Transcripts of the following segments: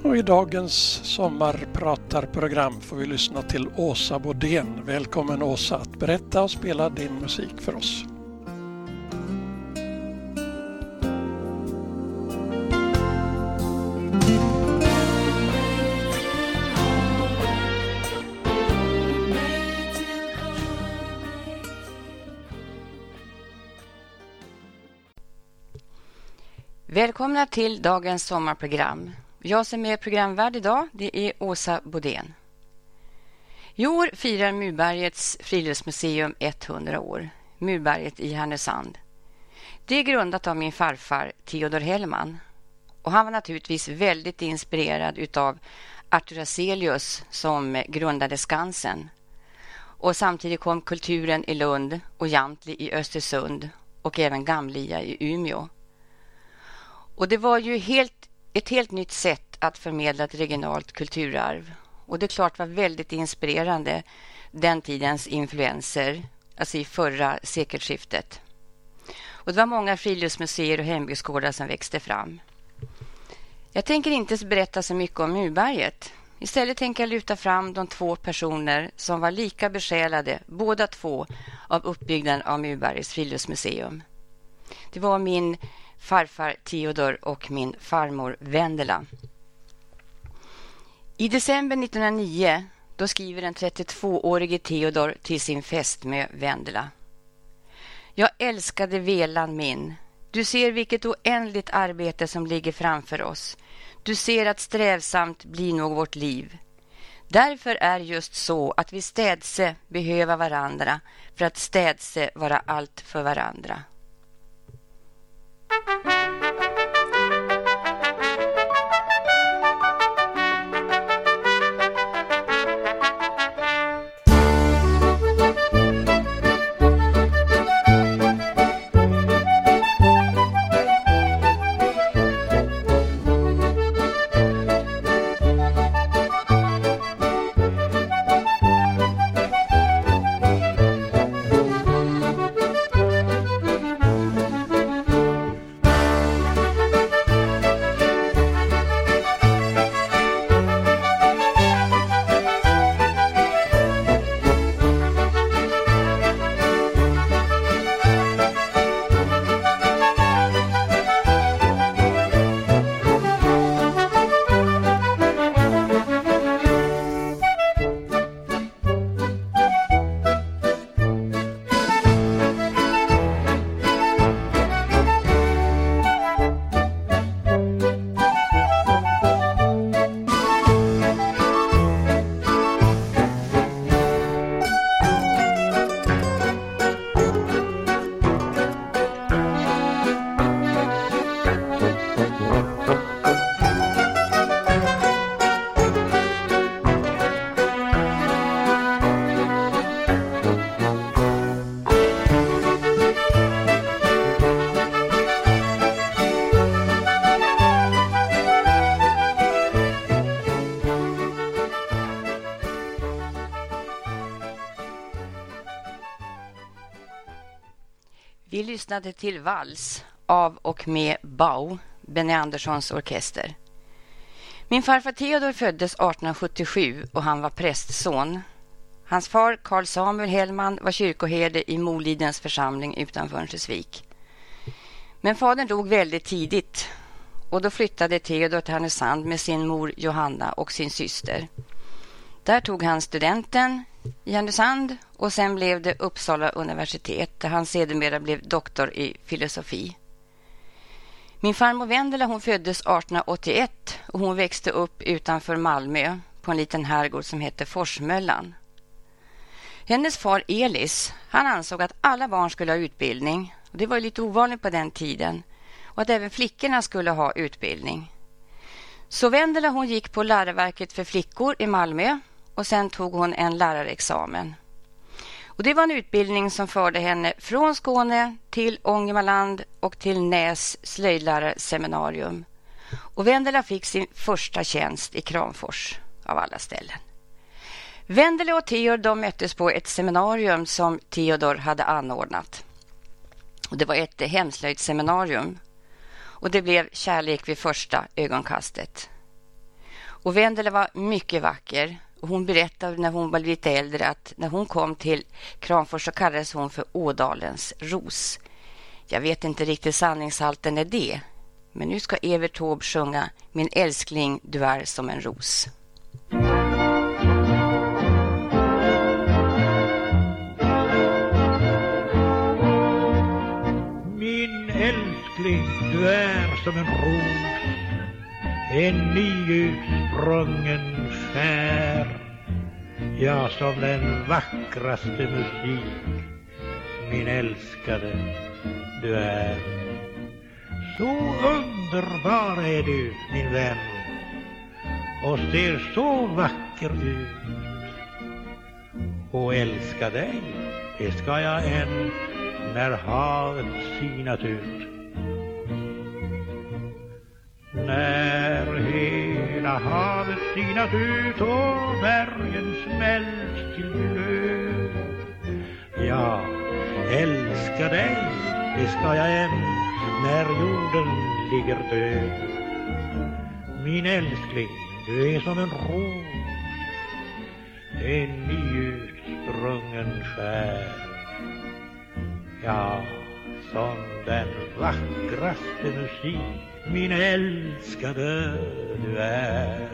Och i dagens sommarpratarprogram får vi lyssna till Åsa Bodén. Välkommen Åsa att berätta och spela din musik för oss. Välkomna till dagens sommarprogram. Jag som är programvärd idag, det är Åsa Bodén. I år firar Murbergets friluftsmuseum 100 år. Murberget i Härnösand. Det är grundat av min farfar Theodor Hellman. Och han var naturligtvis väldigt inspirerad utav Artur Hazelius som grundade Skansen. Och samtidigt kom kulturen i Lund och Jamtli i Östersund och även Gamlia i Umeå. Och det var ju ett helt nytt sätt att förmedla ett regionalt kulturarv. Och det klart var väldigt inspirerande den tidens influenser, alltså i förra sekelskiftet. Och det var många friluftsmuseer och hembygdsgårdar som växte fram. Jag tänker inte berätta så mycket om Murberget. Istället tänker jag lyfta fram de två personer som var lika besjälade, båda två, av uppbyggnaden av Murbergets friluftsmuseum. Det var min farfar Theodor och min farmor Vendela. I december 1909 då skriver den 32-årige Theodor till sin fästmö Vendela. Jag älskade Velan min. Du ser vilket oändligt arbete som ligger framför oss. Du ser att strävsamt blir nog vårt liv. Därför är just så att vi städse behöva varandra för att städse vara allt för varandra. Vi lyssnade till Vals av och med Bau, Benny Anderssons orkester. Min farfar Theodor föddes 1877 och han var prästson. Hans far Carl Samuel Hellman var kyrkoherde i Molidens församling utanför Örnsköldsvik. Men fadern dog väldigt tidigt och då flyttade Theodor till Härnösand med sin mor Johanna och sin syster. Där tog han studenten i Härnösand och sen blev det Uppsala universitet där han sedermera blev doktor i filosofi. Min farmor Vendela hon föddes 1881 och hon växte upp utanför Malmö på en liten herrgård som heter Forsmöllan. Hennes far Elis, han ansåg att alla barn skulle ha utbildning och det var lite ovanligt på den tiden och att även flickorna skulle ha utbildning. Så Vendela hon gick på läroverket för flickor i Malmö och sen tog hon en lärarexamen. Och det var en utbildning som förde henne från Skåne till Ångermanland och till Näs slöjdlärarseminarium. Och Vendela fick sin första tjänst i Kramfors av alla ställen. Vendela och Theodor de möttes på ett seminarium som Theodor hade anordnat. Och det var ett hemslöjdsseminarium. Och det blev kärlek vid första ögonkastet. Och Wendela var mycket vacker. Och hon berättade när hon var lite äldre att när hon kom till Kramfors så kallades hon för Ådalens ros. Jag vet inte riktigt sanningshalten är det. Men nu ska Evert Taube sjunga Min älskling, du är som en ros. Min älskling, du är som en ros, en nyutsprungen skär. Ja, som den vackraste musik, min älskade, du är. Så underbar är du, min vän, och ser så vacker ut. Och älska dig, det ska jag än när havet sinat ut. När hela havet sinat ut och bergen smält till glöd. Ja, älska dig, det ska jag än när jorden ligger död. Min älskling, du är som en ros, en nyutsprungen skär. Ja, som den vackraste musik, min älskade, du är.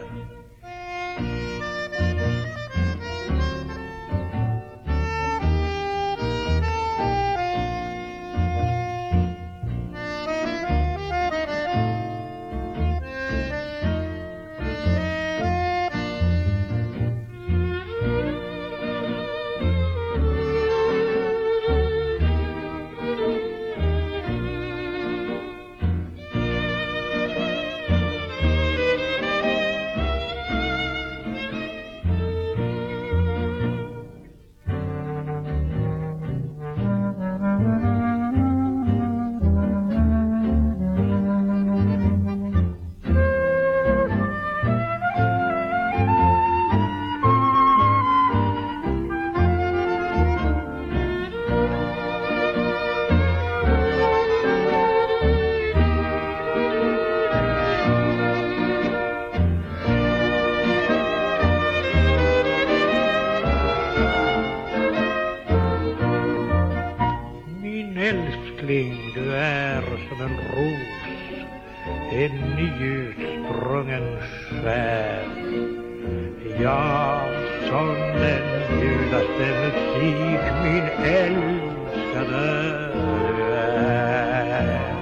Du är som en ros, en nyutsprungen skär. Ja, som den ljudaste musik, min älskade, du är.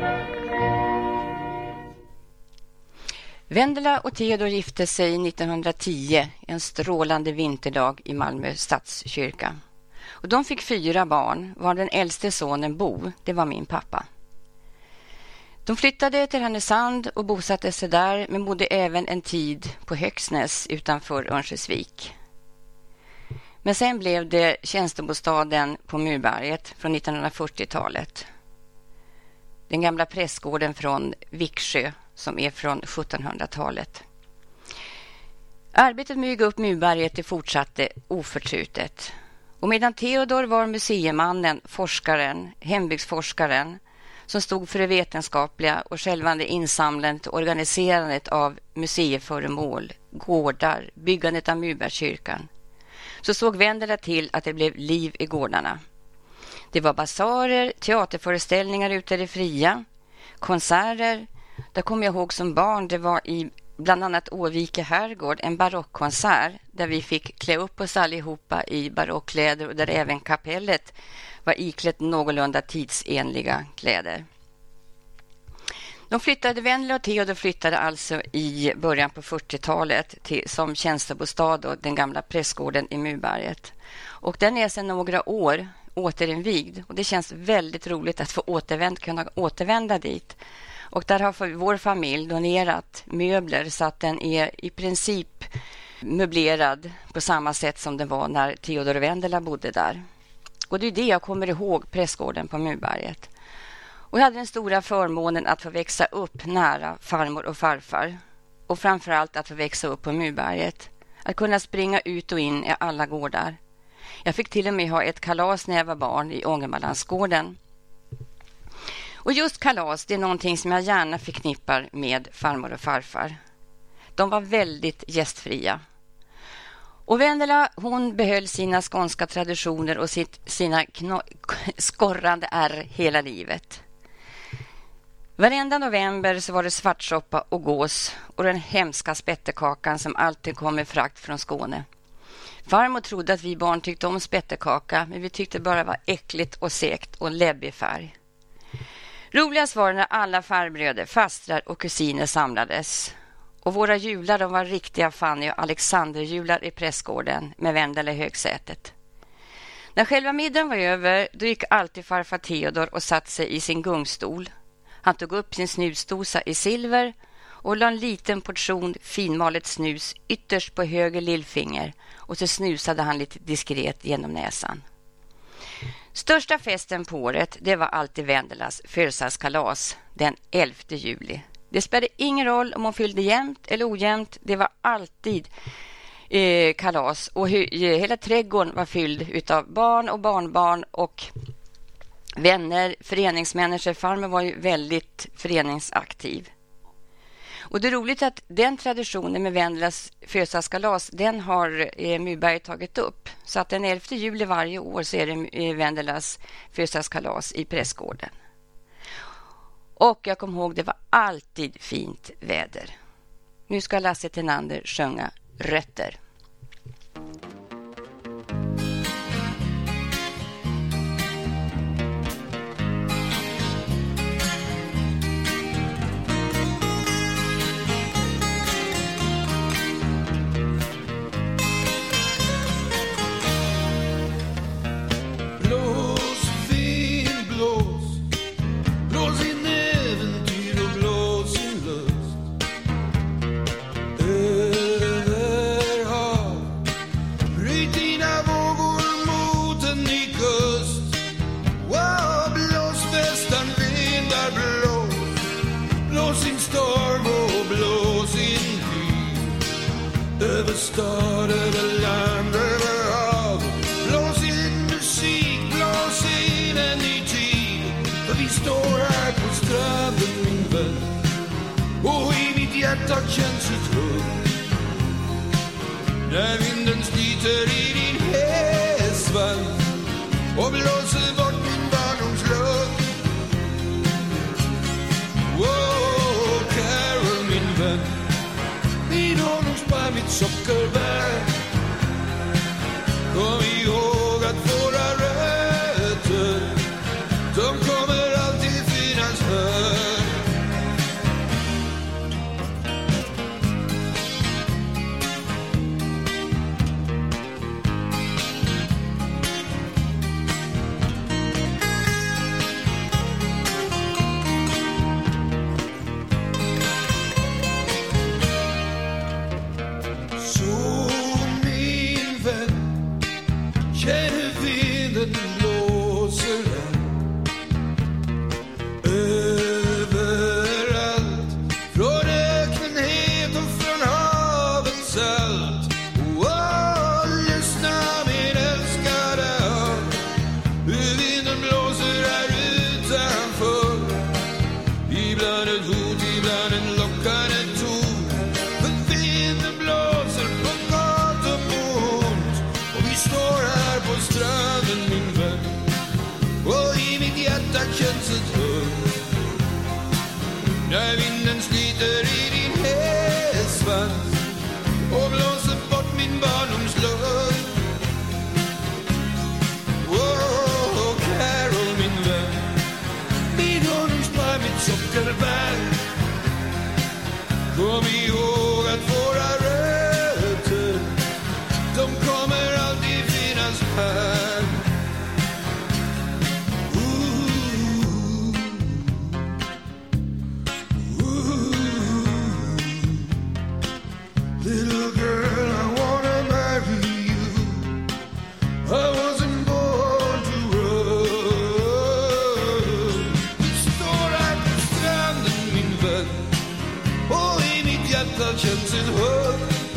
Wendela och Theodor gifte sig 1910, en strålande vinterdag i Malmö stadskyrka. Och de fick 4 barn, var den äldste sonen Bo, det var min pappa. De flyttade till Härnösand och bosatte sig där, men bodde även en tid på Högsnäs utanför Örnsköldsvik. Men sen blev det tjänstebostaden på Murberget från 1940-talet. Den gamla prästgården från Viksjö som är från 1700-talet. Arbetet med att bygga upp Murberget det fortsatte oförtrutet. Och medan Theodor var museemannen, forskaren, hembygdsforskaren som stod för det vetenskapliga och själva det insamlandet och organiserandet av museiföremål, gårdar, byggandet av Murbergskyrkan, så såg Wendela till att det blev liv i gårdarna. Det var basarer, teaterföreställningar ute i det fria, konserter. Där kommer jag ihåg som barn, det var i bland annat Åvike herrgård en barockkonsert där vi fick klä upp oss allihopa i barockkläder och där även kapellet var iklätt någorlunda tidsenliga kläder. Wendela och Theodor flyttade alltså i början på 40-talet som tjänstebostad och den gamla prästgården i Murberget. Och den är sedan några år återinvigd och det känns väldigt roligt att få kunna återvända dit. Och där har vår familj donerat möbler så att den är i princip möblerad på samma sätt som den var när Theodor och Wendela bodde där. Och det är det jag kommer ihåg, prästgården på Murberget. Och jag hade den stora förmånen att få växa upp nära farmor och farfar. Och framförallt att få växa upp på Murberget. Att kunna springa ut och in i alla gårdar. Jag fick till och med ha ett kalas när jag var barn i Ångermanlandsgården. Och just kalas, det är någonting som jag gärna förknippar med farmor och farfar. De var väldigt gästfria. Och Vendela, hon behöll sina skånska traditioner och sina skorrande ärr hela livet. Varenda november så var det svartsoppa och gås och den hemska spettekakan som alltid kom med frakt från Skåne. Farmor trodde att vi barn tyckte om spettekaka, men vi tyckte bara var äckligt och segt och läbbig färg. Roligast var när alla farbröder, fastrar och kusiner samlades. Och våra jular, de var riktiga Fanny och Alexander-jular i prästgården med Vendela i högsätet. När själva middagen var över, då gick alltid farfar Theodor och satt sig i sin gungstol. Han tog upp sin snusdosa i silver och la en liten portion finmalet snus ytterst på höger lillfinger och så snusade han lite diskret genom näsan. Största festen på året, det var alltid Vendelas födelsedagskalas den 11 juli. Det spelade ingen roll om hon fyllde jämnt eller ojämnt, det var alltid kalas och hela trädgården var fylld utav barn och barnbarn och vänner, föreningsmänniskor. Farmor var ju väldigt föreningsaktiv. Och det är roligt att den traditionen med Vendelas födelsedagskalas, den har Myrberg tagit upp. Så att den 11 juli varje år så är det Vendelas födelsedagskalas i prästgården. Och jag kommer ihåg, det var alltid fint väder. Nu ska Lasse Tenander sjunga Rötter. Stad, över land, över hav. Blås in musik, blås in en ny tid. För vi står här på stranden, min vän, och i mitt hjärta känns ett hugg. När vinden sliter i din hästvagn och blåser bort min barndomslugg. Wow, Carol, min vän, min honungsbär, mitt sockerbär. Kom ihåg att våra rötter, de kommer alltid finnas här. När vinden sliter i din hästsvans och blåser bort min barndomslugg. Oh, Carol, min vän, min honungsbär, mitt sockerbär. Kom ihåg att våra rötter, de kommer alltid finnas här. Känns ett hugg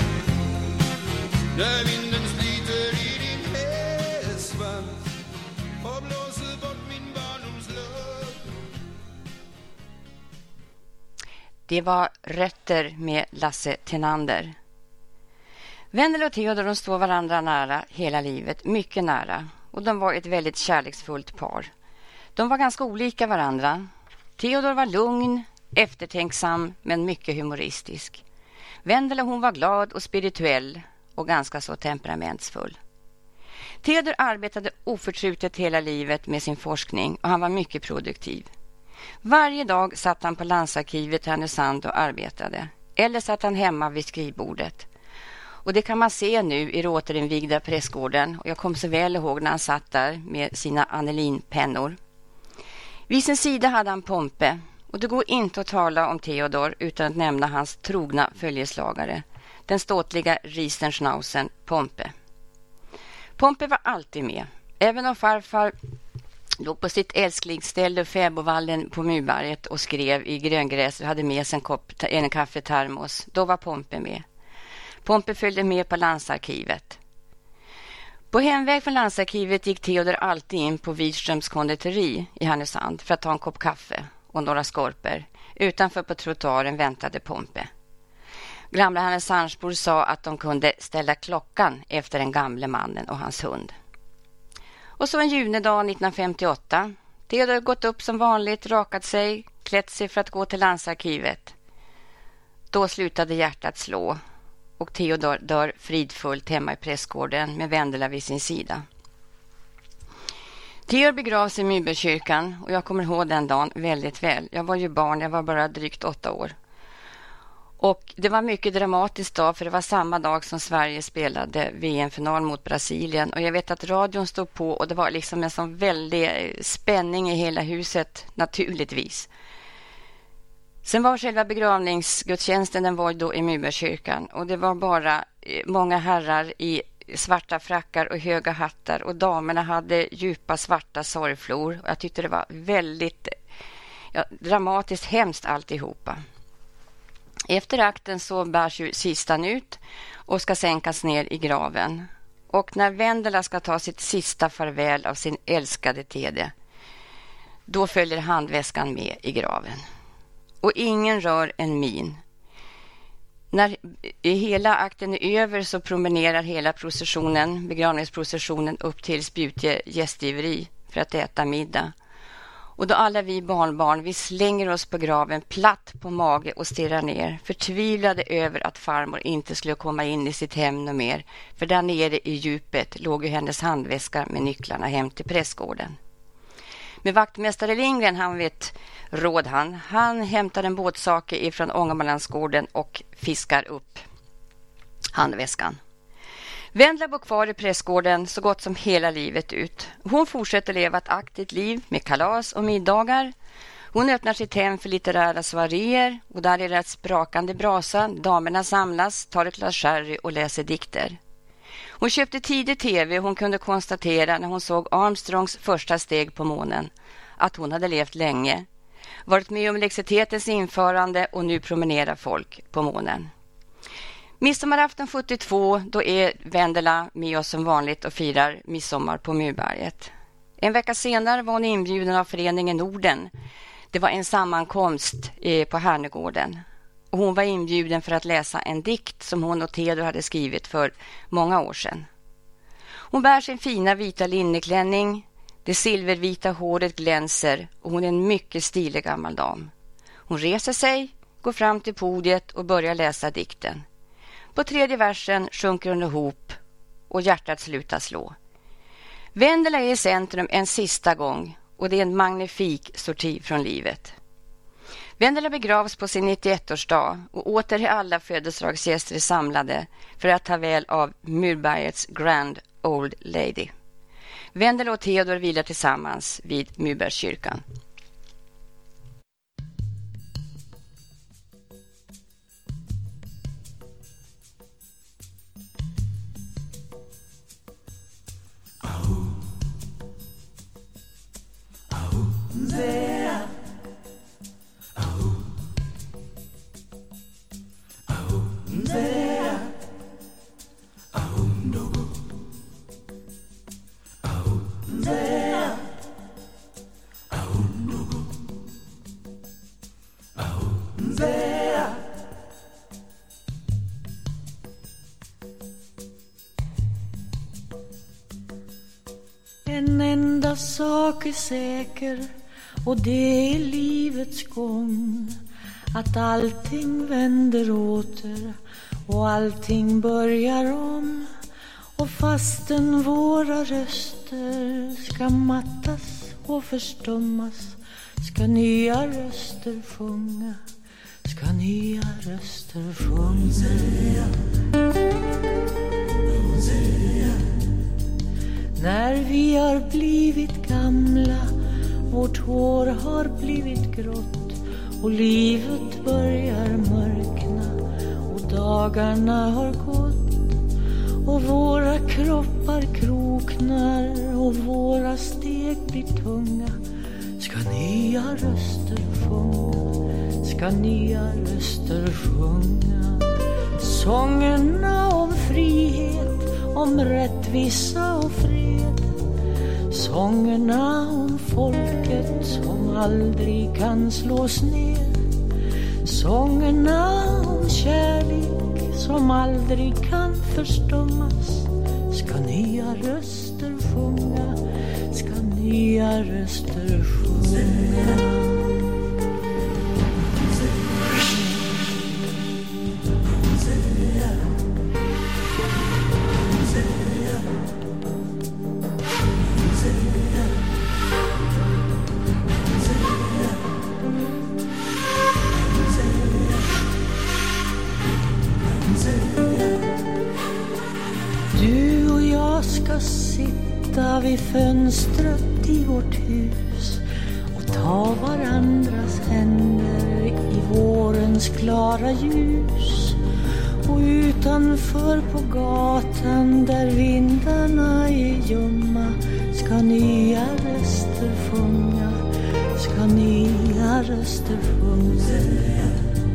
när vinden sliter i din hästsvans och blåser bort min barndomslugg. Det var Rötter med Lasse Tenander. Wendel och Theodor, de står varandra nära hela livet, mycket nära. Och de var ett väldigt kärleksfullt par. De var ganska olika varandra. Theodor var lugn, eftertänksam men mycket humoristisk. Wendel, hon var glad och spirituell och ganska så temperamentsfull. Theodor arbetade oförtrutet hela livet med sin forskning och han var mycket produktiv. Varje dag satt han på landsarkivet i Härnösand och arbetade. Eller satt han hemma vid skrivbordet. Och det kan man se nu i återinvigda Prästgården. Och jag kommer så väl ihåg när han satt där med sina anilinpennor. Vid sin sida hade han Pompe. Och det går inte att tala om Theodor utan att nämna hans trogna följeslagare. Den ståtliga Riesenschnauzen Pompe. Pompe var alltid med. Även om farfar låg på sitt älsklingsställe Fäbovallen på Myrberget och skrev i gröngräs och hade med sig en kaffetermos. Då var Pompe med. Pompe följde med på landsarkivet. På hemväg från landsarkivet gick Theodor alltid in på Widströms konditori i Härnösand för att ta en kopp kaffe och några skorper. Utanför på trottoaren väntade Pompe. Gamla Härnösandsbor sa att de kunde ställa klockan efter den gamle mannen och hans hund. Och så en junidag 1958. Theodor gått upp som vanligt, rakat sig, klätt sig för att gå till landsarkivet. Då slutade hjärtat slå och Theodor dör fridfullt hemma i Prästgården med Wendela vid sin sida. Theodor begravs i Myrbergskyrkan och jag kommer ihåg den dagen väldigt väl. Jag var ju barn, jag var bara drygt 8 år. Och det var mycket dramatiskt dag för det var samma dag som Sverige spelade VM-final mot Brasilien. Och jag vet att radion stod på och det var liksom en sån väldig spänning i hela huset naturligtvis. Sen var själva begravningsgudstjänsten, den var då i Myrbergskyrkan. Och det var bara många herrar i svarta frackar och höga hattar. Och damerna hade djupa svarta sorgflor. Och jag tyckte det var väldigt dramatiskt hemskt alltihopa. Efter akten så bärs ju kistan ut och ska sänkas ner i graven. Och när Wendela ska ta sitt sista farväl av sin älskade Tede, då följer handväskan med i graven. Och ingen rör en min. När hela akten är över så promenerar hela processionen, begravningsprocessionen upp till Spjutje gästgiveri för att äta middag. Och då alla vi barnbarn, vi slänger oss på graven platt på mage och stirrar ner. Förtvivlade över att farmor inte skulle komma in i sitt hem och mer. För där nere i djupet låg ju hennes handväska med nycklarna hem till Prästgården. Med vaktmästare Lindgren, han vet råd han hämtar en båtsake ifrån Ångermanlandsgården och fiskar upp handväskan. Wendela bor kvar i Prästgården så gott som hela livet ut. Hon fortsätter leva ett aktivt liv med kalas och middagar. Hon öppnar sitt hem för litterära soaréer och där är det ett sprakande brasa. Damerna samlas, tar ett glas sherry och läser dikter. Hon köpte tidigt tv och hon kunde konstatera när hon såg Armstrongs första steg på månen att hon hade levt länge. Varit med om elektricitetens införande och nu promenerar folk på månen. Midsommarafton 72, då är Wendela med oss som vanligt och firar midsommar på Myrberget. En vecka senare var hon inbjuden av Föreningen Norden. Det var en sammankomst på Härnegården. Och hon var inbjuden för att läsa en dikt som hon och Theodor hade skrivit för många år sedan. Hon bär sin fina vita linneklänning, det silvervita håret glänser och hon är en mycket stilig gammal dam. Hon reser sig, går fram till podiet och börjar läsa dikten. På 3:e versen sjunker hon ihop och hjärtat slutar slå. Wendela är i centrum en sista gång och det är en magnifik sorti från livet. Wendela begravs på sin 91-årsdag och åter är alla födelsedagsgäster samlade för att ta väl av Myrbergets Grand Old Lady. Wendela och Theodor vilar tillsammans vid Myrbergskyrkan. En enda sak är säker, och det är livets gång. Att allting vänder åter och allting börjar om. Och fastän våra röster ska mattas och förstummas, ska nya röster sjunga, ska nya röster sjunga. När vi har blivit gamla, vårt hår har blivit grått och livet börjar mörkna och dagarna har gått och våra kroppar kroknar och våra steg blir tunga, ska nya röster sjunga, ska nya röster sjunga. Sångerna om frihet, om rättvisa och fred. Sångerna om folket som aldrig kan slås ner. Sångerna om kärlek som aldrig kan förstummas. Ska nya röster sjunga, ska nya röster sjunga. Du och jag ska sitta vid fönstret i vårt hus och ta varandras händer i vårens klara ljus. Och utanför på gatan där vindarna är ljumma ska nya röster sjunga, ska nya röster sjunga.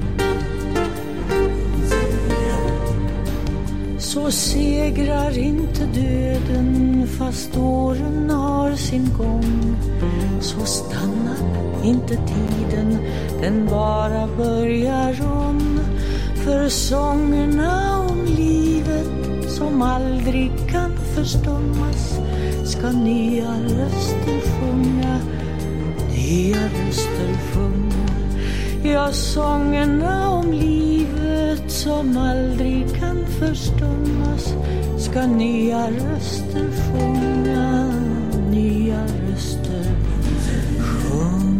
Så segrar inte döden fast åren har sin gång. Så stannar inte tiden, den bara börjar om. För sångerna om livet som aldrig kan förstummas ska nya röster sjunga, nya röster sjunga. Ja, sångerna om livet som aldrig kan förstummas ska nya röster sjunga, nya röster sjunga.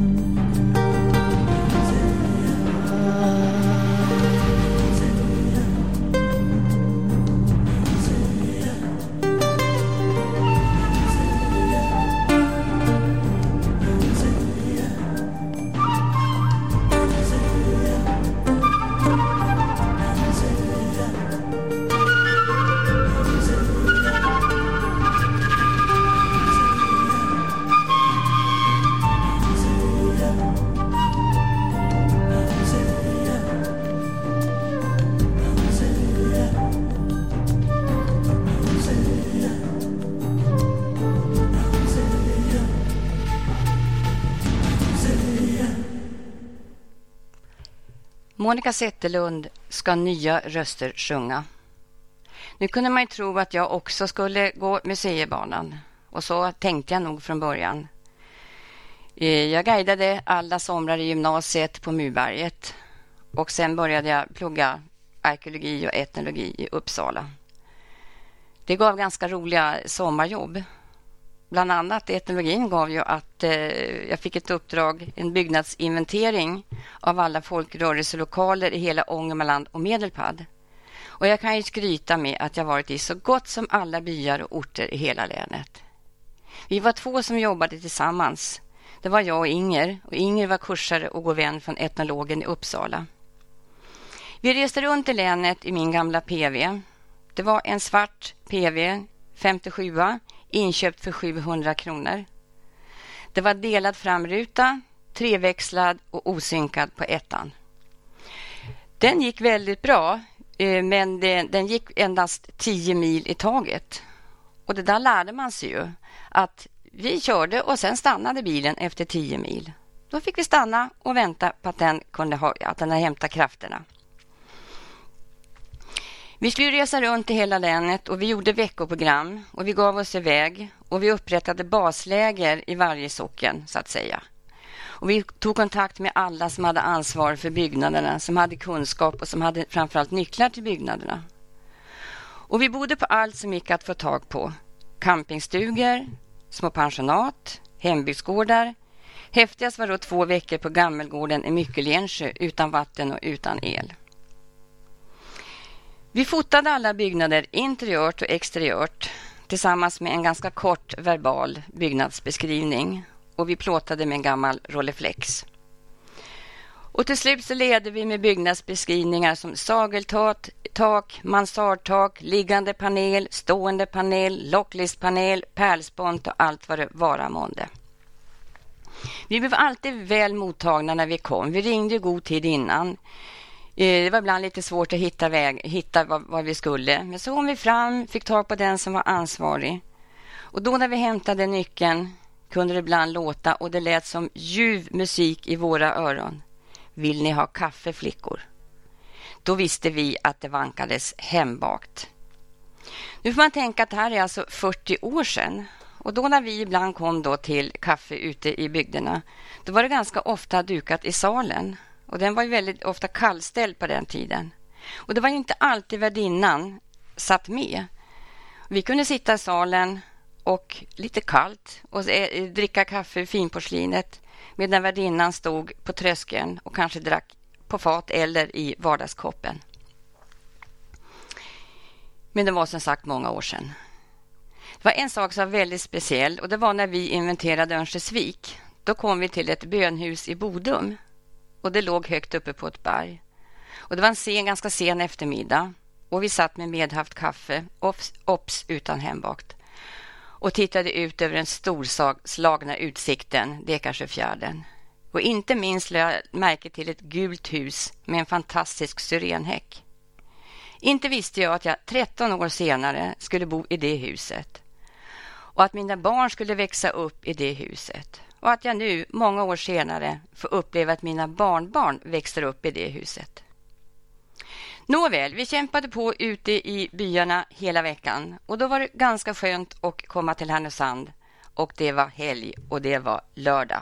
Monica Zetterlund, ska nya röster sjunga. Nu kunde man ju tro att jag också skulle gå museibanan. Och så tänkte jag nog från början. Jag guidade alla somrar i gymnasiet på Murberget. Och sen började jag plugga arkeologi och etnologi i Uppsala. Det gav ganska roliga sommarjobb. Bland annat etnologin gav ju att jag fick ett uppdrag, en byggnadsinventering av alla folkrörelselokaler i hela Ångermanland och Medelpad. Och jag kan ju skryta med att jag varit i så gott som alla byar och orter i hela länet. Vi var 2 som jobbade tillsammans. Det var jag och Inger var kursare och god vän från etnologen i Uppsala. Vi reste runt i länet i min gamla PV. Det var en svart PV, 57, inköpt för 700 kronor. Det var delad framruta, 3-växlad och osynkad på ettan. Den gick väldigt bra, men den gick endast 10 mil i taget. Och det där lärde man sig ju, att vi körde och sen stannade bilen efter 10 mil. Då fick vi stanna och vänta på att den hade hämtat krafterna. Vi skulle resa runt i hela länet och vi gjorde veckoprogram och vi gav oss iväg och vi upprättade basläger i varje socken så att säga. Och vi tog kontakt med alla som hade ansvar för byggnaderna, som hade kunskap och som hade framförallt nycklar till byggnaderna. Och vi bodde på allt som gick att få tag på. Campingstugor, små pensionat, hembygdsgårdar. Häftigast var då 2 veckor på Gammelgården i Myckelensjö utan vatten och utan el. Vi fotade alla byggnader interiört och exteriört tillsammans med en ganska kort verbal byggnadsbeskrivning och vi plåtade med en gammal Rolleiflex. Och till slut så ledde vi med byggnadsbeskrivningar som sageltak, mansardtak, liggande panel, stående panel, locklistpanel, pärlspont och allt vad det vara månde. Vi blev alltid väl mottagna när vi kom. Vi ringde i god tid innan. Det var ibland lite svårt att hitta vad vi skulle. Men så kom vi fram, fick tag på den som var ansvarig. Och då när vi hämtade nyckeln kunde det ibland låta och det lät som ljuv musik i våra öron. Vill ni ha kaffe, flickor? Då visste vi att det vankades hembakt. Nu får man tänka att det här är alltså 40 år sedan. Och då när vi ibland kom då till kaffe ute i bygderna, då var det ganska ofta dukat i salen. Och den var ju väldigt ofta kallställd på den tiden. Och det var ju inte alltid värdinnan satt med. Vi kunde sitta i salen och lite kallt och dricka kaffe i finporslinet medan värdinnan stod på tröskeln och kanske drack på fat eller i vardagskoppen. Men det var som sagt många år sedan. Det var en sak som var väldigt speciell och det var när vi inventerade Örnsköldsvik. Då kom vi till ett bönhus i Bodum och det låg högt uppe på ett berg. Och det var en ganska sen eftermiddag och vi satt med medhaft kaffe, ops utan hembakt. Och tittade ut över den storslagna utsikten, Dekarsjöfjärden. Och inte minst lade jag märke till ett gult hus med en fantastisk syrenhäck. Inte visste jag att jag 13 år senare skulle bo i det huset. Och att mina barn skulle växa upp i det huset. Och att jag nu, många år senare, får uppleva att mina barnbarn växer upp i det huset. Nåväl, vi kämpade på ute i byarna hela veckan. Och då var det ganska skönt att komma till Härnösand. Och det var helg och det var lördag.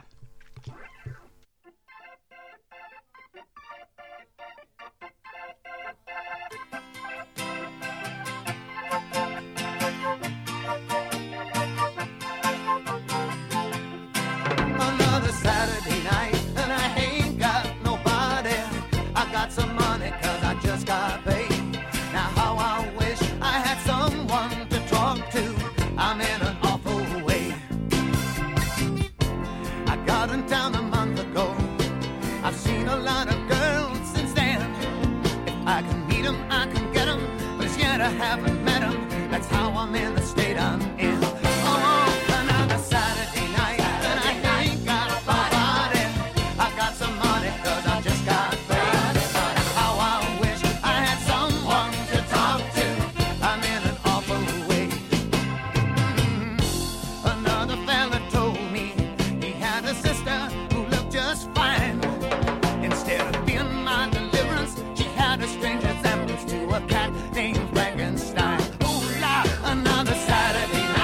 I haven't met him, that's how I'm in the state I'm in. Oh, another Saturday night, and I ain't got nobody. I got some money, cause I just got paid. But how I wish I had someone to talk to. I'm in an awful way. Another fella told me he had a sister who looked just fine. Instead of being my deliverance, she had a strange resemblance to a cat named Frankenstein. Ooh la, another Saturday night.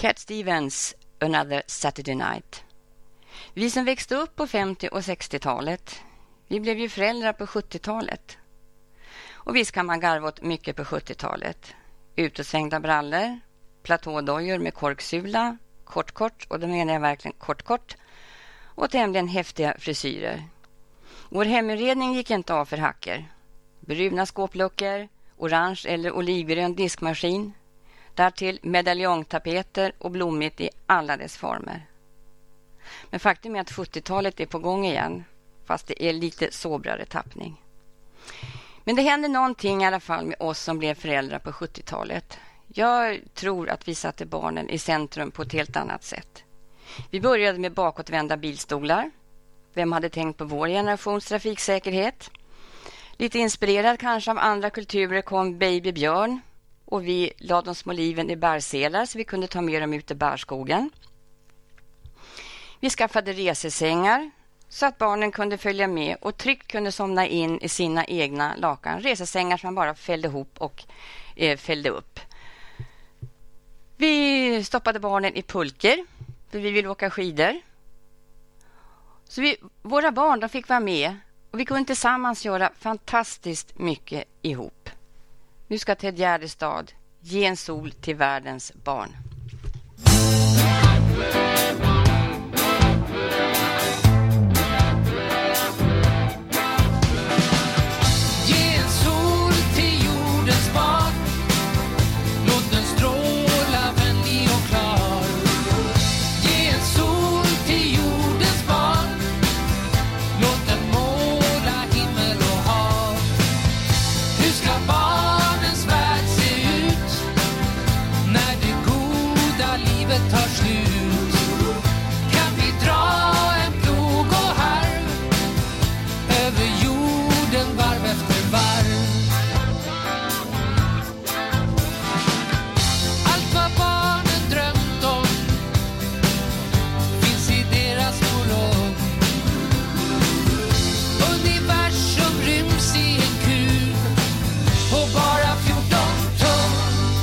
Cat Stevens, Another Saturday Night. Vi som växte upp på 50- och 60-talet, vi blev ju föräldrar på 70-talet. Och visst kan man garva åt mycket på 70-talet. Utåtsvängda brallor, platådojor med korksula, kort, och då menar jag verkligen kort, och tämligen häftiga frisyrer. Vår heminredning gick inte av för hacker. Bruna skåpluckor, orange eller olivgrön diskmaskin, därtill medaljongtapeter och blommigt i alla dess former. Men faktum är att 70-talet är på gång igen, fast det är lite sobrare tappning. Men det hände någonting i alla fall med oss som blev föräldrar på 70-talet. Jag tror att vi satte barnen i centrum på ett helt annat sätt. Vi började med bakåtvända bilstolar. Vem hade tänkt på vår generations trafiksäkerhet? Lite inspirerad kanske av andra kulturer kom Baby Björn, och vi lade de små liven i bärselar så vi kunde ta med dem ut i bärskogen. Vi skaffade resesängar så att barnen kunde följa med och tryggt kunde somna in i sina egna lakan. Resesängar som man bara fällde ihop och fällde upp. Vi stoppade barnen i pulker för vi ville åka skidor. Så våra barn, de fick vara med och vi kunde tillsammans göra fantastiskt mycket ihop. Nu ska Ted Gärdestad ge en sol till världens barn. Ge en sol till jordens barn. Låt den stråla vänlig och klar. Ge en sol till jordens barn. Låt den måla himmel och hav. Hur ska barnens värld se ut när det goda livet tar slut? Kan vi dra en plog och harv över jorden varv efter varv? Allt vad barnen drömt om finns i deras monolog. Universum ryms i en kub på bara 14 tum.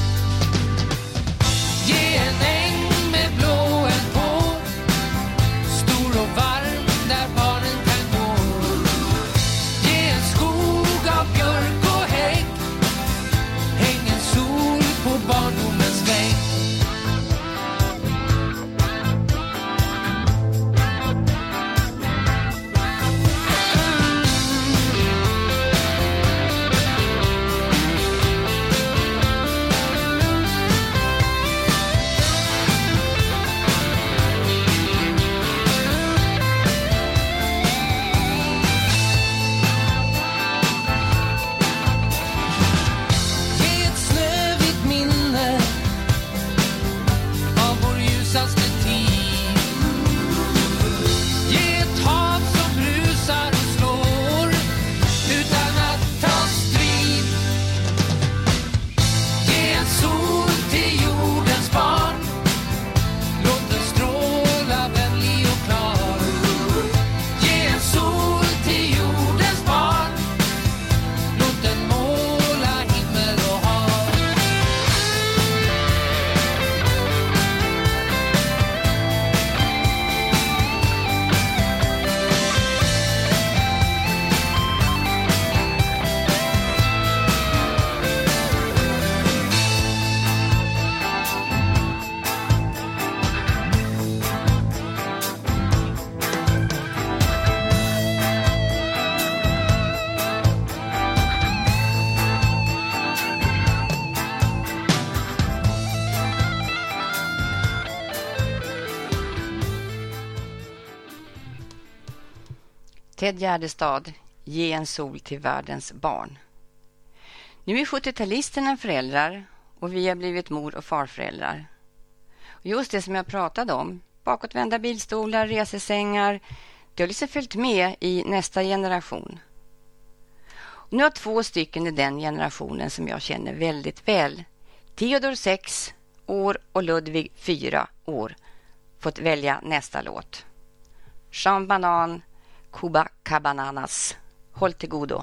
Ge en äng med blåen på, stor och varm där barnen kan gå. Ge en skog av björk och hägg, häng en sol på barndomens vägg. Ge ett snövitt minne av vår ljusaste tid. Ge ett hav som brusar och slår utan att ta strid. Ge en sol till jordens barn. Låt den stråla vänlig och klar. Ge en sol till jordens barn. Låt den måla himmel och hav. Ted Gärdestad, ge en sol till världens barn. Nu är 70-talisterna föräldrar och vi har blivit mor- och farföräldrar. Och just det som jag pratade om, bakåtvända bilstolar, resesängar, det har liksom följt med i nästa generation. Och nu har 2 stycken i den generationen som jag känner väldigt väl, Theodor 6 år och Ludvig 4 år, fått välja nästa låt. Sean Banan, Copacabananas. Håll till godo.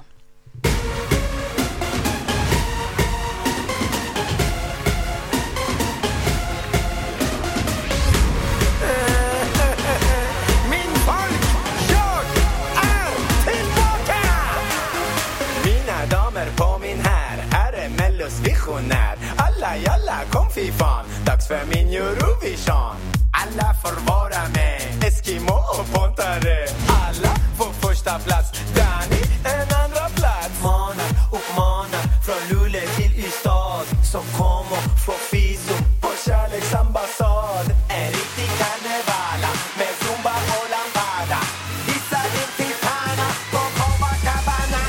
pensionär. Alla jalla, kom fy fan. Dags för min Eurovision. Alla får vara med. Eskimo och pontare. Alla får första plats. Danny en andra plats. Manar och manar från Luleå till Ystad. Som kommer från Fiso på kärleksambassad. En riktig karnevala med zumba och lambada. Hissa din till Tärna på Copacabana.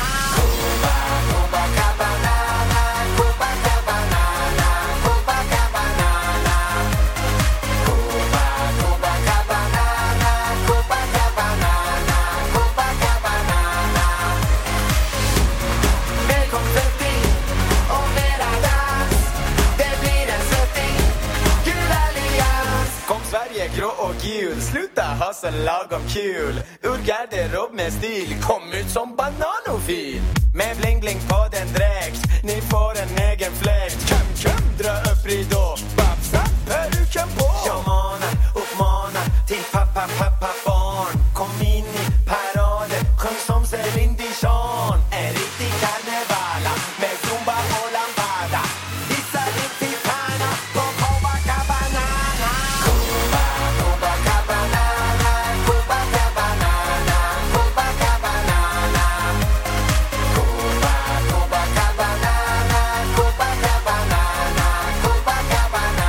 Copacabana, Copacabana, Copacabana. Copacabana, Copacabana, Copacabana. Med konfetti och mera dans. Det blir en svettig gul allians. Kom Sverige grå och gul. Sluta ha så lagom kul. Ur garderob med stil. Kom ut som bananofil. Med bling bling på den dräkt. Ni får en egen fläkt. Kom, dra upp ridå. Babsa, peruken på. Jag manar, uppmanar till pappa barn. Kom in i paraden. Sjung som Celine Dion. En riktig karnevala med zumba och lambada. Hissa din till Tärna på Copacabana. Copacabana, Copacabana, Copacabana. Copacabana, Copacabana, Copacabana.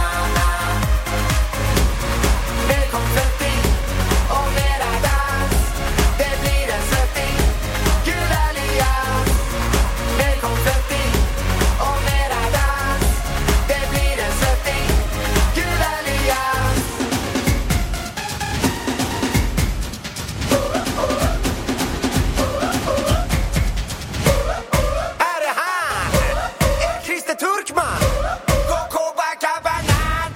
Med konfetti och mera dans. Det blir en svettig gul allians. Med konfetti och mera dans. Det blir en svettig gul allians. Här är han! Christer Turkman! Gå Copacabana!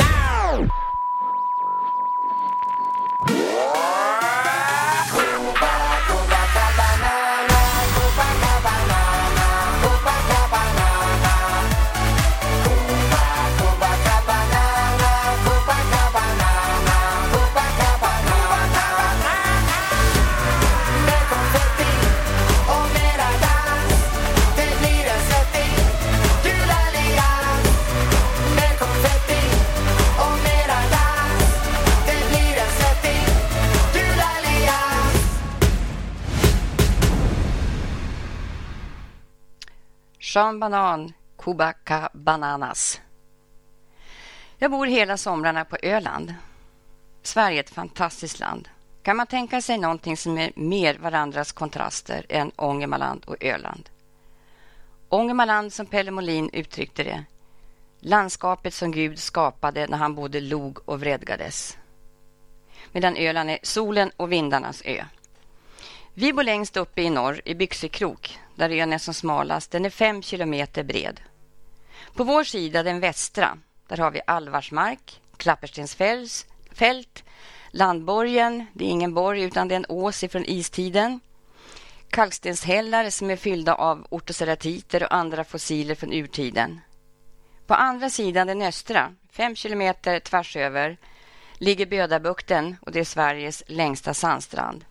Med konfetti och mera dans. Det blir en svettig gul allians. Med konfetti och mera dans. Det blir en svettig gul allians. Sean Banan, Copacabananas. Jag bor hela somrarna på Öland. Sverige är ett fantastiskt land. Kan man tänka sig någonting som är mer varandras kontraster än Ångermanland och Öland? Ångermanland, som Pelle Molin uttryckte det. Landskapet som Gud skapade när han både log och vredgades. Medan Öland är solen och vindarnas ö. Vi bor längst uppe i norr i Byxekrok, där ön är som smalast. Den är 5 kilometer bred. På vår sida, den västra, där har vi Alvarsmark, Klapperstensfält, Landborgen, det är ingen borg utan det är en ås ifrån istiden. Kalkstenshällar som är fyllda av ortoceratiter och andra fossiler från urtiden. På andra sidan, den östra, 5 kilometer tvärs över, ligger Bödabukten och det är Sveriges längsta sandstrand.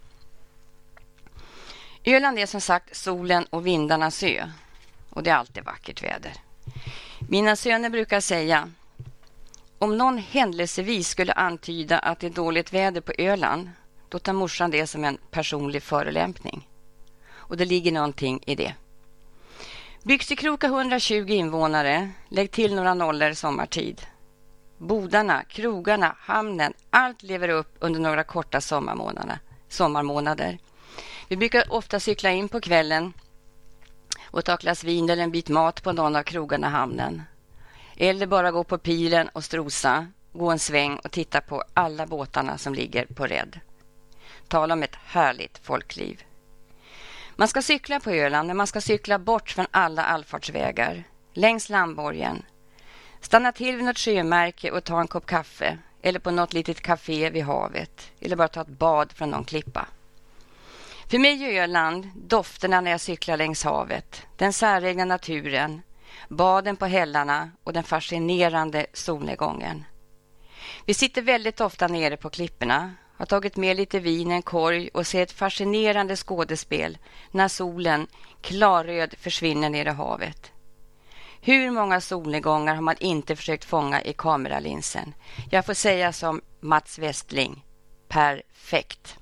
Öland är som sagt solen och vindarnas ö och det är alltid vackert väder. Mina söner brukar säga: om någon händelsevis skulle antyda att det är dåligt väder på Öland, då tar morsan det som en personlig förolämpning. Och det ligger någonting i det. Byxekroka 120 invånare, lägg till några nollor sommartid. Bodarna, krogarna, hamnen, allt lever upp under några korta sommarmånader. Vi brukar ofta cykla in på kvällen och ta glas vin eller en bit mat på någon av krogarna i hamnen. Eller bara gå på pilen och strosa, gå en sväng och titta på alla båtarna som ligger på rädd. Tala om ett härligt folkliv. Man ska cykla på Öland, men man ska cykla bort från alla allfartsvägar. Längs Landborgen. Stanna till vid något sjömärke och ta en kopp kaffe. Eller på något litet café vid havet. Eller bara ta ett bad från någon klippa. För mig är Öland dofterna när jag cyklar längs havet. Den säregna naturen. Baden på hällarna och den fascinerande solnedgången. Vi sitter väldigt ofta nere på klipporna. Har tagit med lite vin i en korg och ser ett fascinerande skådespel när solen klarröd försvinner ner i havet. Hur många solnedgångar har man inte försökt fånga i kameralinsen? Jag får säga som Mats Westling, perfekt.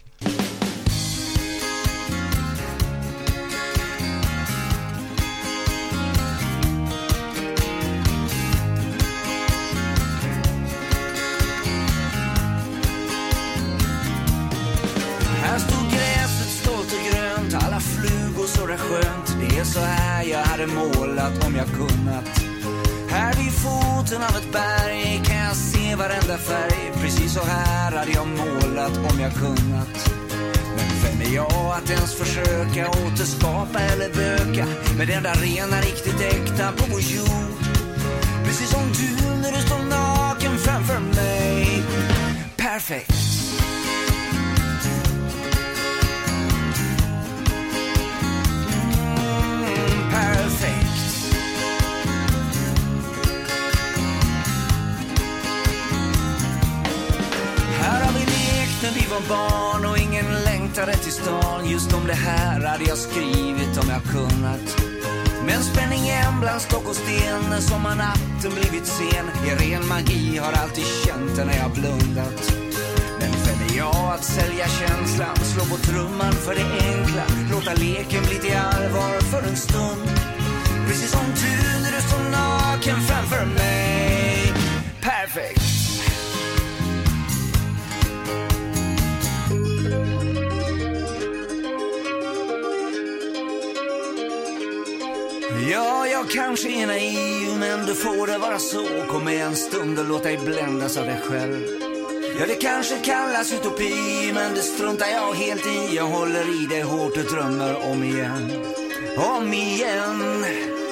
Här stod gräset stolt och grönt, alla flugor så där skönt. Det är så här jag hade målat om jag kunnat. Här vid foten av ett berg kan jag se varenda färg. Precis så här hade jag målat om jag kunnat. Men vem är jag att ens försöka återskapa eller böka med den där rena riktigt äkta på vår jord? Precis som du när du står naken framför mig. Perfekt. Perfekt. Här har vi lekt när vi var barn och ingen längtade till stan. Just om det här hade jag skrivit om jag kunnat. Men spänningen bland stock och sten, som har natten blivit sen. I ren magi har alltid känt det när jag blundat. Men vem är jag att sälja känslan, slå på trumman för det enkla, låta leken bli till allvar för en stund. Precis som du när du står naken framför mig. Perfekt. Ja, jag kanske är naiv, men du får det vara så. Kom med en stund och låt dig bländas av dig själv. Ja, det kanske kallas utopi, men det struntar jag helt i. Jag håller i dig hårt och drömmer om igen. Om igen.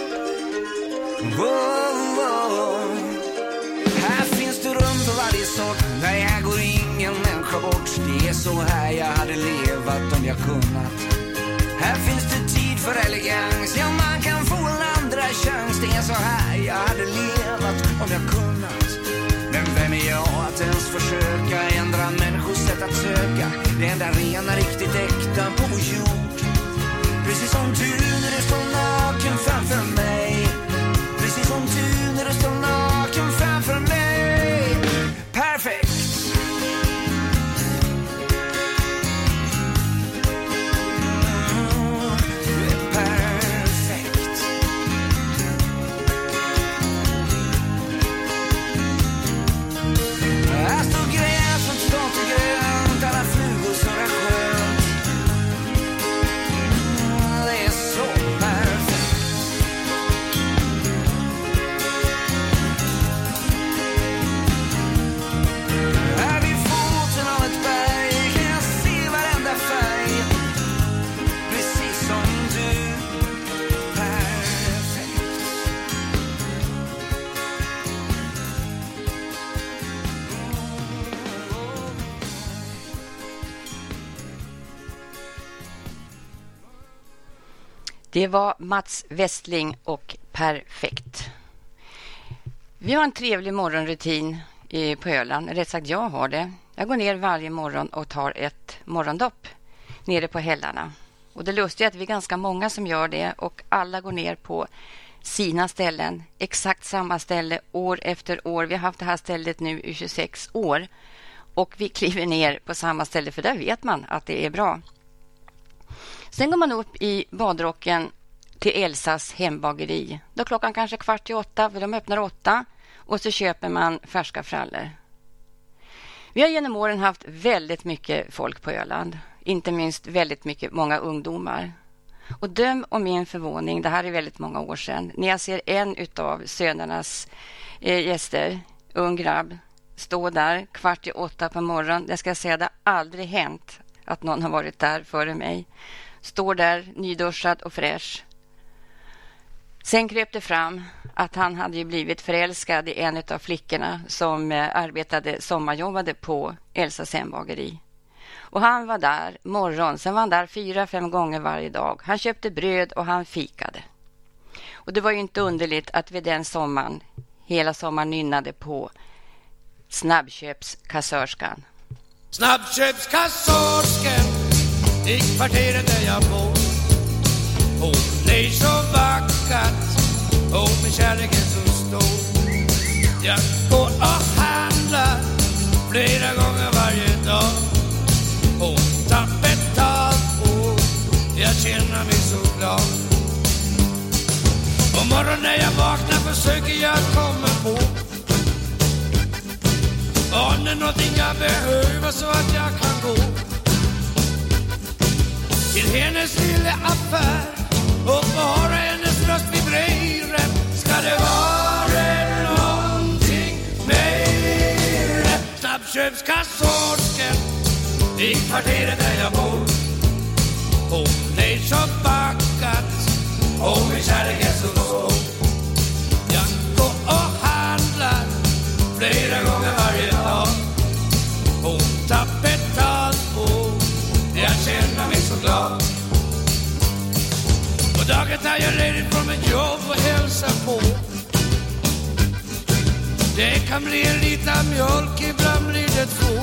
Wow, wow. Här finns det rum för varje sort. Där jag går ingen människa bort. Det är så här jag hade levat om jag kunnat. Här finns det tid för elegans. Ja, man kan få en andra chans. Det är så här jag hade levat om jag kunnat. Men vem är jag att ens försöka ändra människors sätt att söka det enda rena riktigt äkta på vår jord? Precis som du när du står naken framför mig. Precis som du när du står naken framför mig. Perfekt. Här står gräset stort och grönt, alla flugor så där skönt. Det är så perfekt. Här vid foten av ett berg kan jag se varenda färg. Precis som du, perfekt. Det var Mats Westling och perfekt. Vi har en trevlig morgonrutin på Öland. Rätt sagt, jag har det. Jag går ner varje morgon och tar ett morgondopp nere på hällarna. Och det lustiga är att vi är ganska många som gör det. Och alla går ner på sina ställen. Exakt samma ställe år efter år. Vi har haft det här stället nu i 26 år. Och vi kliver ner på samma ställe, för där vet man att det är bra. Sen går man upp i badrocken till Elsas hembageri. Då klockan kanske 7:15, för de öppnar 8. Och så köper man färska frallor. Vi har genom åren haft väldigt mycket folk på Öland. Inte minst många ungdomar. Och döm om min förvåning, det här är väldigt många år sedan, när jag ser en utav sönernas gäster, ung grabb, stå där 7:15 på morgonen. Det ska jag säga, det har aldrig hänt att någon har varit där före mig. Står där nyduschad och fräsch. Sen kröp det fram att han hade ju blivit förälskad i en av flickorna som sommarjobbade på Elsas hembageri. Och han var där morgon, sen var han där 4-5 gånger varje dag. Han köpte bröd och han fikade. Och det var ju inte underligt att vi den sommaren, hela sommaren nynnade på snabbköpskassörskan. Snabbköpskassörskan i kvarteret där jag bor. Hon är så vackert, hon kärlek är så stor. Jag går och handlar flera gånger varje dag. Och tar betalt och jag känner mig så glad. Och morgon när jag vaknar försöker jag komma på om det är någonting jag behöver så att jag kan gå till hennes lilla affär och bara hennes röst vibrerar. Ska det vara någonting mer? Snabbköpskassorsken i kvarteret där jag bor. Hon är så backat och min kärlek är så stor. Jag går och handlar flera gånger varje dag. Hon tar betalt och jag känner mig så glad. Och dagen tar jag ledigt från mitt jobb och hälsar på. Det kan bli en liten mjölk, ibland blir det två.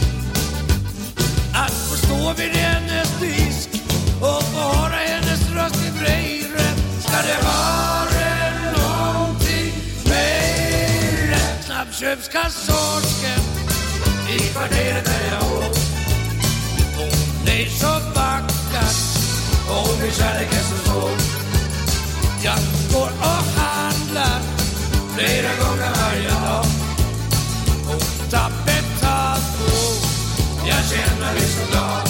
Att få stå vid hennes disk och få höra hennes röst i brevet. Ska det vara någonting mer? Snabbköpskassorsken i kvarteret där jag bor. Hon är så vacker och min kärlek är så stor. Jag går och handlar flera gånger varje dag. Hon tar betalt och jag känner mig så glad.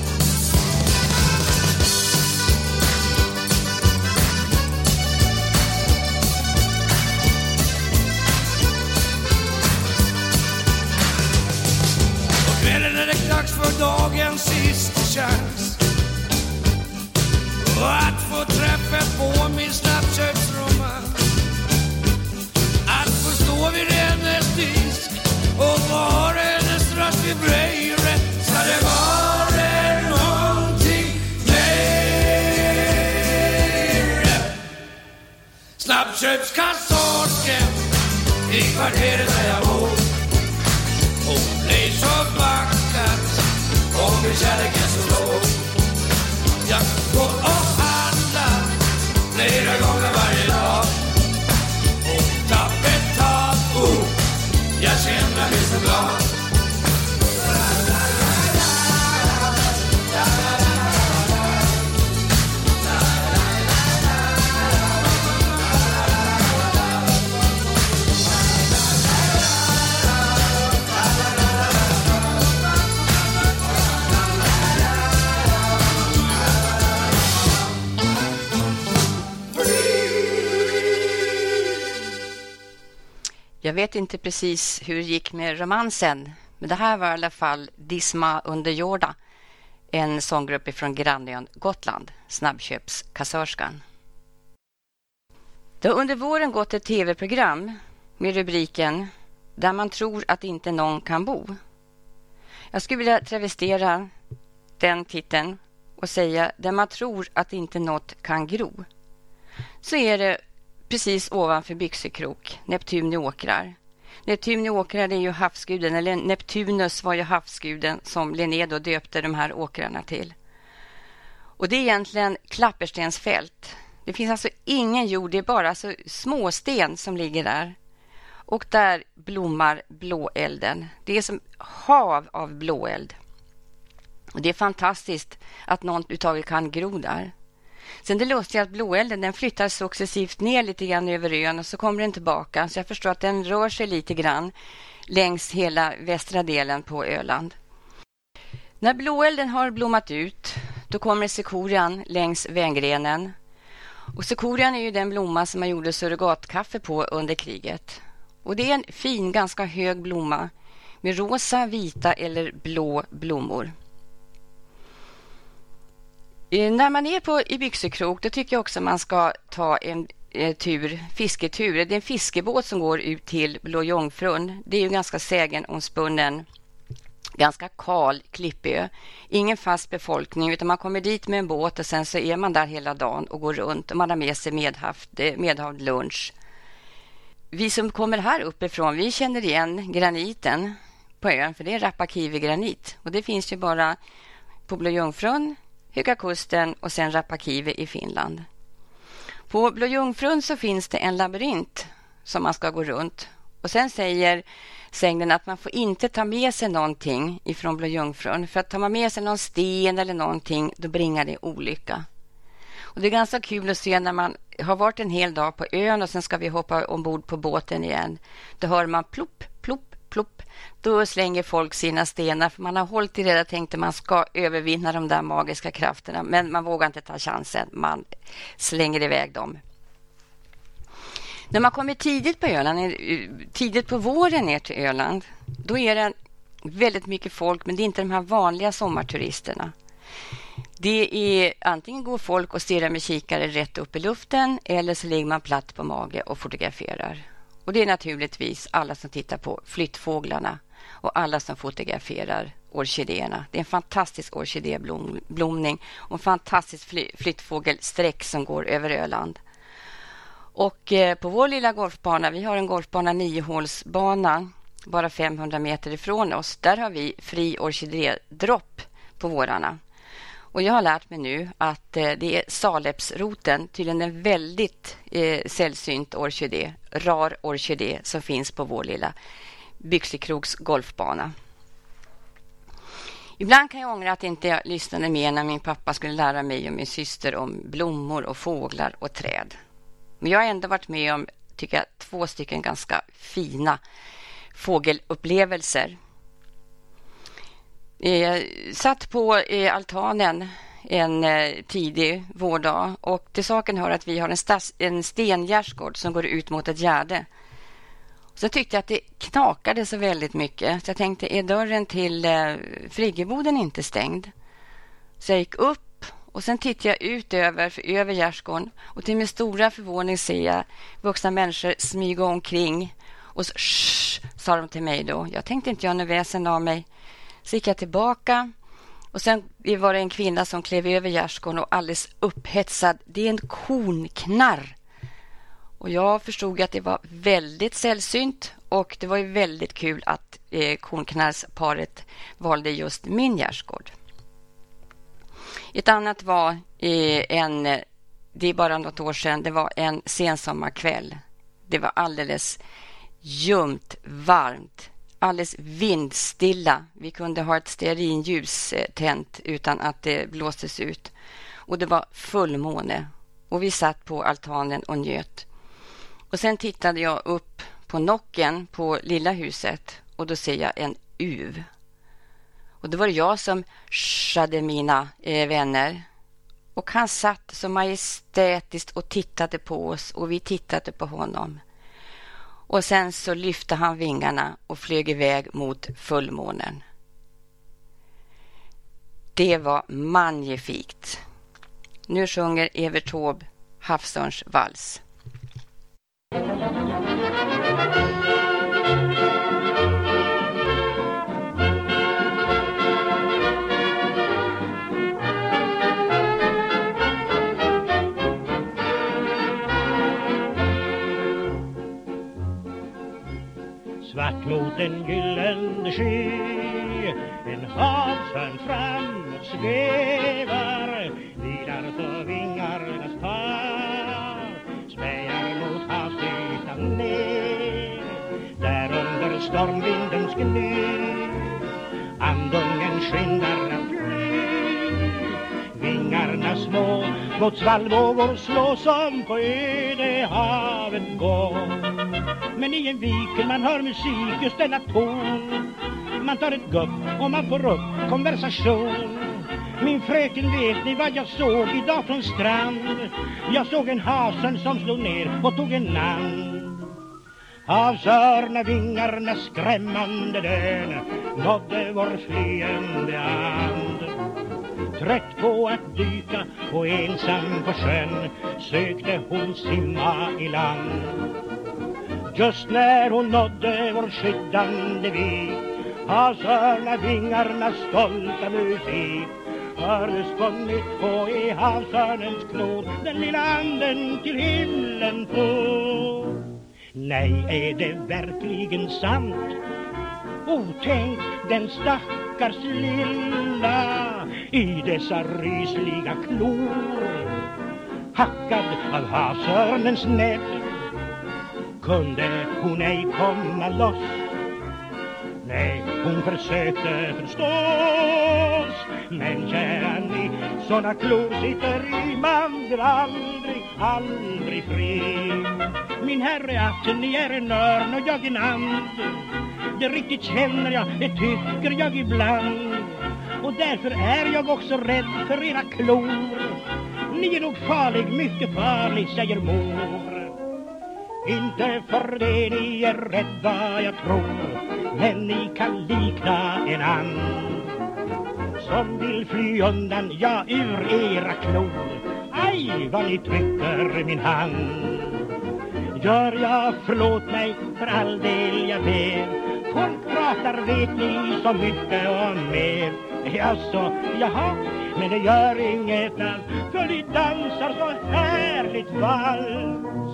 Och kvällen är det dags för dagens sista chans. Och att få träffa på min snabbköpsromans. Att få stå vid hennes disk och få höra hennes röst vibrera. Ska det vara någonting mer? Snabbköpskassorsken i kvarteret där jag bor. Hon är så vacker och min kärlek är så stor. Jag går och handlar flera gånger varje dag. Och tar betalt och jag känner mig så glad. Jag vet inte precis hur det gick med romansen, men det här var i alla fall Disma under jorda, en sånggrupp från grannön Gotland, Snabbköpskassörskan. Det har under våren gått ett tv-program med rubriken Där man tror att inte någon kan bo. Jag skulle vilja travestera den titeln och säga Där man tror att inte något kan gro. Så är det precis ovanför Byxekrok, Neptun i åkrar. Neptun i åkrar är ju havsguden, eller Neptunus var ju havsguden som Linné då döpte de här åkrarna till. Och det är egentligen klapperstensfält. Det finns alltså ingen jord, det är bara alltså småsten som ligger där. Och där blommar blåelden. Det är som hav av blåeld. Och det är fantastiskt att något utav kan gro där. Sen det lustiga att blåelden den flyttar successivt ner lite grann över ön och så kommer den tillbaka. Så jag förstår att den rör sig lite grann längs hela västra delen på Öland. När blåelden har blommat ut då kommer sekorian längs vängrenen. Och sekorian är ju den blomma som man gjorde surrogatkaffe på under kriget. Och det är en fin, ganska hög blomma med rosa, vita eller blå blommor. När man är i Byxekrok då tycker jag också man ska ta en fisketur. Det är en fiskebåt som går ut till Blå Jungfrun. Det är ju ganska sägenomspunnen, ganska kal klippö. Ingen fast befolkning utan man kommer dit med en båt och sen så är man där hela dagen och går runt och man har med sig medhavd lunch. Vi som kommer här uppifrån, vi känner igen graniten på ön för det är Rappakivi-granit. Och det finns ju bara på Blå Jungfrun, Höga kusten och sen Rappakivi i Finland. På Blå Jungfrun så finns det en labyrint som man ska gå runt. Och sen säger sägnen att man får inte ta med sig någonting ifrån Blå Jungfrun. För att tar man med sig någon sten eller någonting, då bringar det olycka. Och det är ganska kul att se när man har varit en hel dag på ön och sen ska vi hoppa ombord på båten igen. Då hör man plopp, plopp, plopp. Då slänger folk sina stenar för man har hållit i det och tänkt att man ska övervinna de där magiska krafterna. Men man vågar inte ta chansen. Man slänger iväg dem. När man kommer tidigt på Öland, tidigt på våren ner till Öland, då är det väldigt mycket folk, men det är inte de här vanliga sommarturisterna. Det är antingen går folk och stirrar med kikare rätt upp i luften eller så ligger man platt på mage och fotograferar. Och det är naturligtvis alla som tittar på flyttfåglarna och alla som fotograferar orkidéerna. Det är en fantastisk orkidéblomning och en fantastisk flyttfågelsträck som går över Öland. Och på vår lilla golfbana, vi har en golfbana 9-hålsbana bara 500 meter ifrån oss. Där har vi fri orkidédropp på vårarna. Och jag har lärt mig nu att det är salepsroten, tydligen en väldigt sällsynt orkidé, rar orkidé som finns på vår lilla Byxlikroks golfbana. Ibland kan jag ångra att inte jag lyssnade mer när min pappa skulle lära mig och min syster om blommor och fåglar och träd. Men jag har ändå varit med om, tycker jag, 2 stycken ganska fina fågelupplevelser. Jag satt på altanen en tidig vårdag och till saken hör att vi har en stengärdsgård som går ut mot ett gärde. Så tyckte jag att det knakade så väldigt mycket så jag tänkte, är dörren till friggeboden inte stängd? Så jag gick upp och sen tittade jag ut över gärdsgården och till min stora förvåning ser jag vuxna människor smyga omkring och så sa de till mig då. Jag tänkte inte göra något väsen av mig. Så gick jag tillbaka och sen var det en kvinna som klev över gärdsgården och alldeles upphetsad. Det är en kornknarr. Och jag förstod att det var väldigt sällsynt och det var ju väldigt kul att kornknarrsparet valde just min gärdsgård. Ett annat var det är bara något år sedan, det var en sensommarkväll. Det var alldeles ljumt, varmt. Alldeles vindstilla. Vi kunde ha ett stearinljus tänt utan att det blåstes ut. Och det var fullmåne. Och vi satt på altanen och njöt. Och sen tittade jag upp på nocken på lilla huset. Och då ser jag en uv. Och då var det jag som sade mina vänner. Och han satt så majestätiskt och tittade på oss. Och vi tittade på honom. Och sen så lyfte han vingarna och flög iväg mot fullmånen. Det var magnifikt. Nu sjunger Evert Taube Havsörns vals. Svart mot en gyllene sky, en havsörn framåt svävar, vilar på vingarnas par, spejar mot havsytan ner, där under stormvindens gny, andungen skyndar att fly, vingarna små mot svallvågor slå som på öde havet går. Men i en viken man hör musik, just denna ton. Man tar ett gupp och man får upp konversation. Min fröken, vet ni vad jag såg idag från strand? Jag såg en havsörn som slog ner och tog en namn. Havsörna vingarna skrämmande dön nådde vår flyende and. Trött på att dyka och ensam på sjön sökte hon simma i land. Just när hon nådde vår skyddande vik, havsörna vingarnas stolta musik hördes på nytt på i havsörnens klor, den lilla anden till himlen for. Nej, är det verkligen sant? Tänk den stackars lilla i dessa rysliga klor. hackad av hasörnens näbb. Kunde hon ej komma loss? Nej, hon försökte förstås. Men kära ni, såna klor sitter i, man blir aldrig fri. Min herre, att ni är en örn och jag en and. Det riktigt känner jag, det tycker jag ibland. Och därför är jag också rädd för era klor. Ni är nog farlig, mycket farlig, säger mor. Inte för det ni är rädda, jag tror. Men ni kan likna en and som vill fly undan, ja, ur era klor. Aj, vad ni trycker min hand. Gör jag, förlåt mig, för all del jag ber. Folk pratar, vet ni, så mycket om mer. Jaså, jaha, men det gör inget alls, för ni dansar så härligt vals.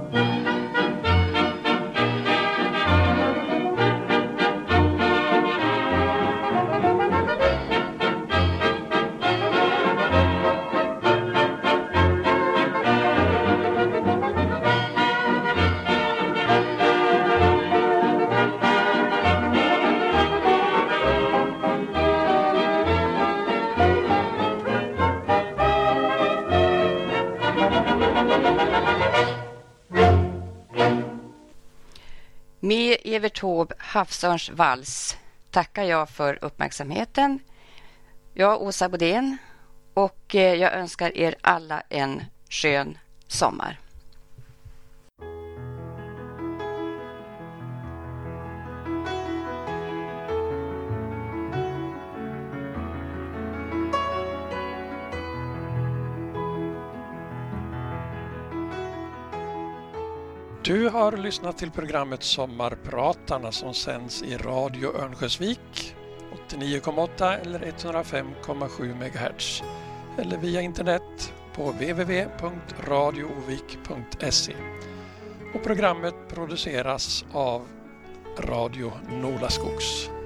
Med Evert Taube, Havsörns vals, tackar jag för uppmärksamheten. Jag, Åsa Bodén, och jag önskar er alla en skön sommar. Du har lyssnat till programmet Sommarpratarna som sänds i Radio Örnsköldsvik 89,8 eller 105,7 MHz eller via internet på www.radioovik.se. Och programmet produceras av Radio Nolaskogs.